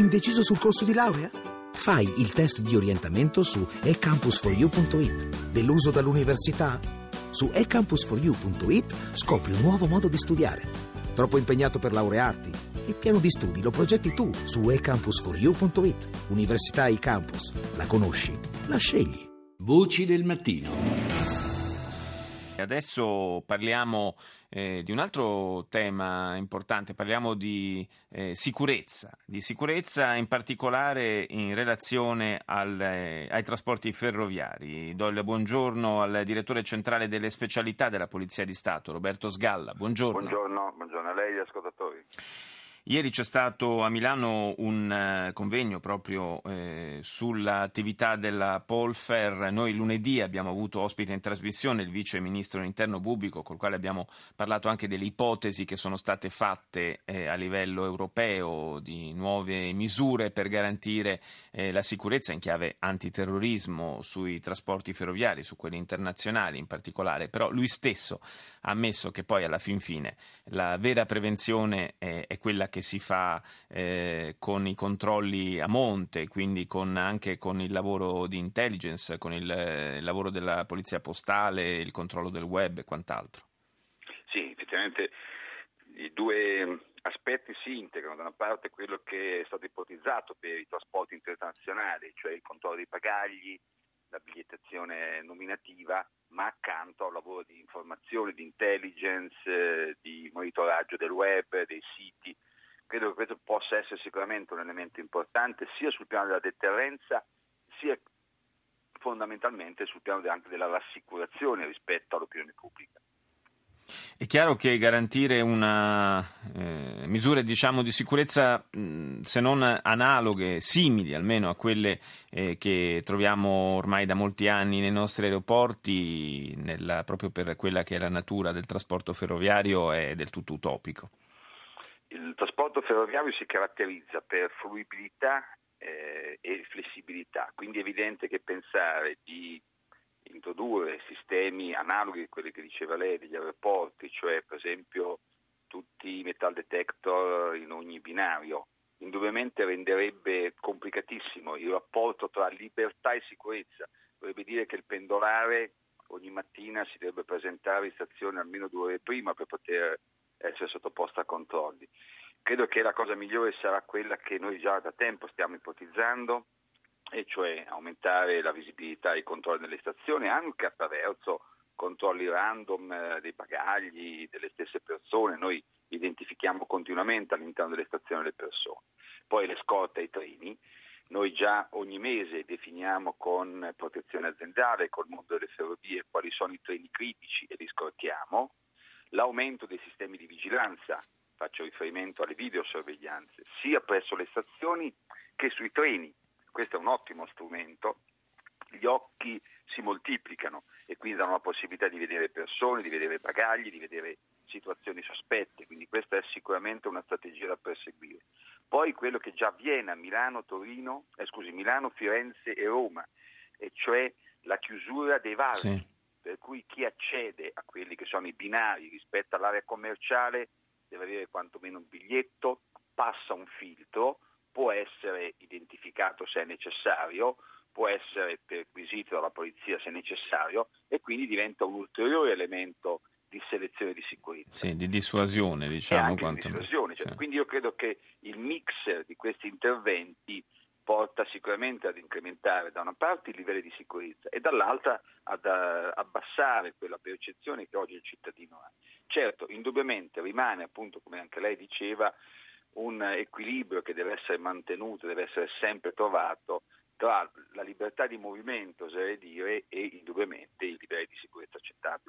Indeciso sul corso di laurea? Fai il test di orientamento su ecampus4u.it. Deluso dall'università? Su ecampus4u.it scopri un nuovo modo di studiare. Troppo impegnato per laurearti? Il piano di studi lo progetti tu su ecampus4u.it. Università eCampus. La conosci? La scegli. Voci del mattino. Adesso parliamo di un altro tema importante, parliamo di sicurezza in particolare in relazione ai trasporti ferroviari. Do il buongiorno al direttore centrale delle specialità della Polizia di Stato, Roberto Sgalla. Buongiorno. Buongiorno a lei e ascoltatori. Ieri c'è stato a Milano un convegno proprio sull'attività della Polfer. Noi lunedì abbiamo avuto ospite in trasmissione il vice ministro dell'Interno Bubbico, col quale abbiamo parlato anche delle ipotesi che sono state fatte a livello europeo di nuove misure per garantire la sicurezza in chiave antiterrorismo sui trasporti ferroviari, su quelli internazionali in particolare. Però lui stesso ha ammesso che poi alla fin fine la vera prevenzione è quella che si fa con i controlli a monte, quindi anche con il lavoro di intelligence, con il lavoro della polizia postale, il controllo del web e quant'altro. Sì, effettivamente i due aspetti si integrano. Da una parte quello che è stato ipotizzato per i trasporti internazionali, cioè il controllo dei bagagli, la bigliettazione nominativa, ma accanto al lavoro di informazione, di intelligence, di monitoraggio del web, dei siti. Credo che questo possa essere sicuramente un elemento importante sia sul piano della deterrenza, sia fondamentalmente sul piano anche della rassicurazione rispetto all'opinione pubblica. È chiaro che garantire una misure di sicurezza se non analoghe, simili almeno a quelle che troviamo ormai da molti anni nei nostri aeroporti, proprio per quella che è la natura del trasporto ferroviario, è del tutto utopico. Il trasporto ferroviario si caratterizza per fruibilità e flessibilità, quindi è evidente che pensare di introdurre sistemi analoghi a quelli che diceva lei degli aeroporti, cioè per esempio tutti i metal detector in ogni binario, indubbiamente renderebbe complicatissimo il rapporto tra libertà e sicurezza. Vorrebbe dire che il pendolare ogni mattina si dovrebbe presentare in stazione almeno 2 ore prima per poter essere sottoposto a controlli. Credo che la cosa migliore sarà quella che noi già da tempo stiamo ipotizzando, e cioè aumentare la visibilità e i controlli nelle stazioni anche attraverso controlli random dei bagagli, delle stesse persone. Noi identifichiamo continuamente all'interno delle stazioni le persone. Poi le scorte ai treni. Noi già ogni mese definiamo con protezione aziendale, col mondo delle ferrovie, quali sono i treni critici e li scortiamo. L'aumento dei sistemi di vigilanza, faccio riferimento alle videosorveglianze, sia presso le stazioni che sui treni. Questo è un ottimo strumento, gli occhi si moltiplicano e quindi danno la possibilità di vedere persone, di vedere bagagli, di vedere situazioni sospette, quindi questa è sicuramente una strategia da perseguire. Poi quello che già avviene a Milano, Firenze e Roma, e cioè la chiusura dei varchi, sì. Per cui chi accede a quelli che sono i binari rispetto all'area commerciale deve avere quantomeno un biglietto, passa un filtro, può essere identificato se è necessario, può essere perquisito dalla polizia se è necessario e quindi diventa un ulteriore elemento di selezione di sicurezza. Sì, di dissuasione, diciamo. Di dissuasione. Sì. Quindi io credo che il mix di questi interventi porta sicuramente ad incrementare da una parte i livelli di sicurezza e dall'altra ad abbassare quella percezione che oggi il cittadino ha. Certo, indubbiamente rimane, appunto, come anche lei diceva, un equilibrio che deve essere mantenuto, deve essere sempre trovato tra la libertà di movimento, oserei dire, e indubbiamente i livelli di sicurezza accettabili.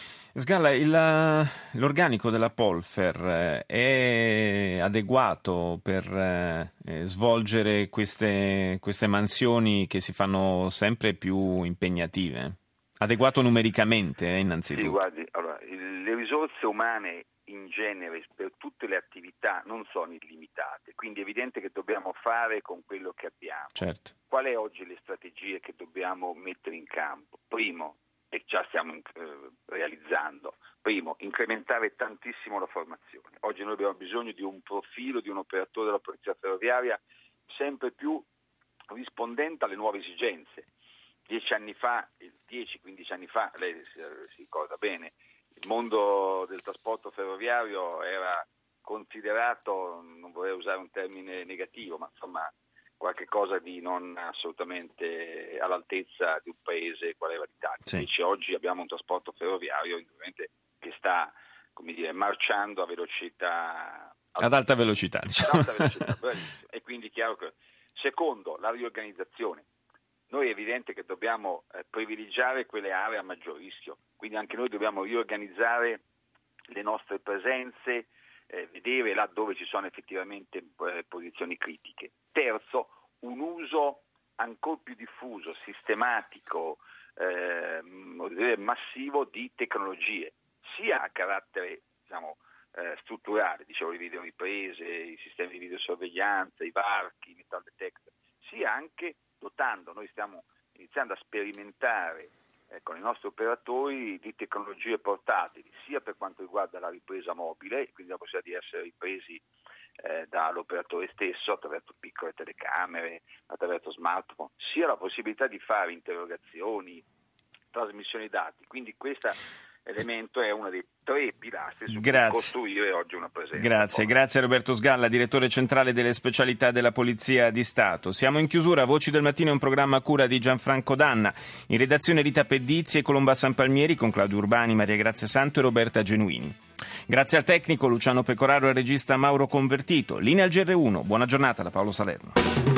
Sgalla, l'organico della Polfer è adeguato per svolgere queste mansioni che si fanno sempre più impegnative? Adeguato numericamente, innanzitutto? Sì, guardi, allora, le risorse umane in genere per tutte le attività non sono illimitate, quindi è evidente che dobbiamo fare con quello che abbiamo. Certo. Qual è oggi le strategie che dobbiamo mettere in campo? Primo, e già stiamo realizzando, incrementare tantissimo la formazione. Oggi noi abbiamo bisogno di un profilo di un operatore della polizia ferroviaria sempre più rispondente alle nuove esigenze. 10-15 anni fa, lei si ricorda bene, il mondo del trasporto ferroviario era considerato, non vorrei usare un termine negativo, ma insomma qualche cosa di non assolutamente all'altezza di un paese qual era l'Italia. Sì. Invece oggi abbiamo un trasporto ferroviario che sta, come dire, marciando a velocità ad alta velocità, diciamo. Ad alta velocità, bravissimo. E quindi è chiaro che, secondo, la riorganizzazione. Noi è evidente che dobbiamo privilegiare quelle aree a maggior rischio, quindi anche noi dobbiamo riorganizzare le nostre presenze, vedere là dove ci sono effettivamente posizioni critiche. Terzo, un uso ancora più diffuso, sistematico, massivo di tecnologie, sia a carattere strutturale, dicevo le videoriprese, i sistemi di videosorveglianza, i varchi, i metal detector, sia anche dotando, noi stiamo iniziando a sperimentare con i nostri operatori di tecnologie portatili, sia per quanto riguarda la ripresa mobile, quindi la possibilità di essere ripresi dall'operatore stesso attraverso piccole telecamere, attraverso smartphone, sia la possibilità di fare interrogazioni, trasmissioni dati. Quindi questo elemento è uno dei 3 pilastri su cui costruire oggi una presenza. Grazie Roberto Sgalla, direttore centrale delle specialità della Polizia di Stato. Siamo in chiusura. Voci del Mattino è un programma a cura di Gianfranco Danna. In redazione Rita Pedizzi e Colomba Sanpalmieri, con Claudio Urbani, Maria Grazia Santo e Roberta Genuini. Grazie al tecnico Luciano Pecoraro e al regista Mauro Convertito. Linea al GR1. Buona giornata da Paolo Salerno.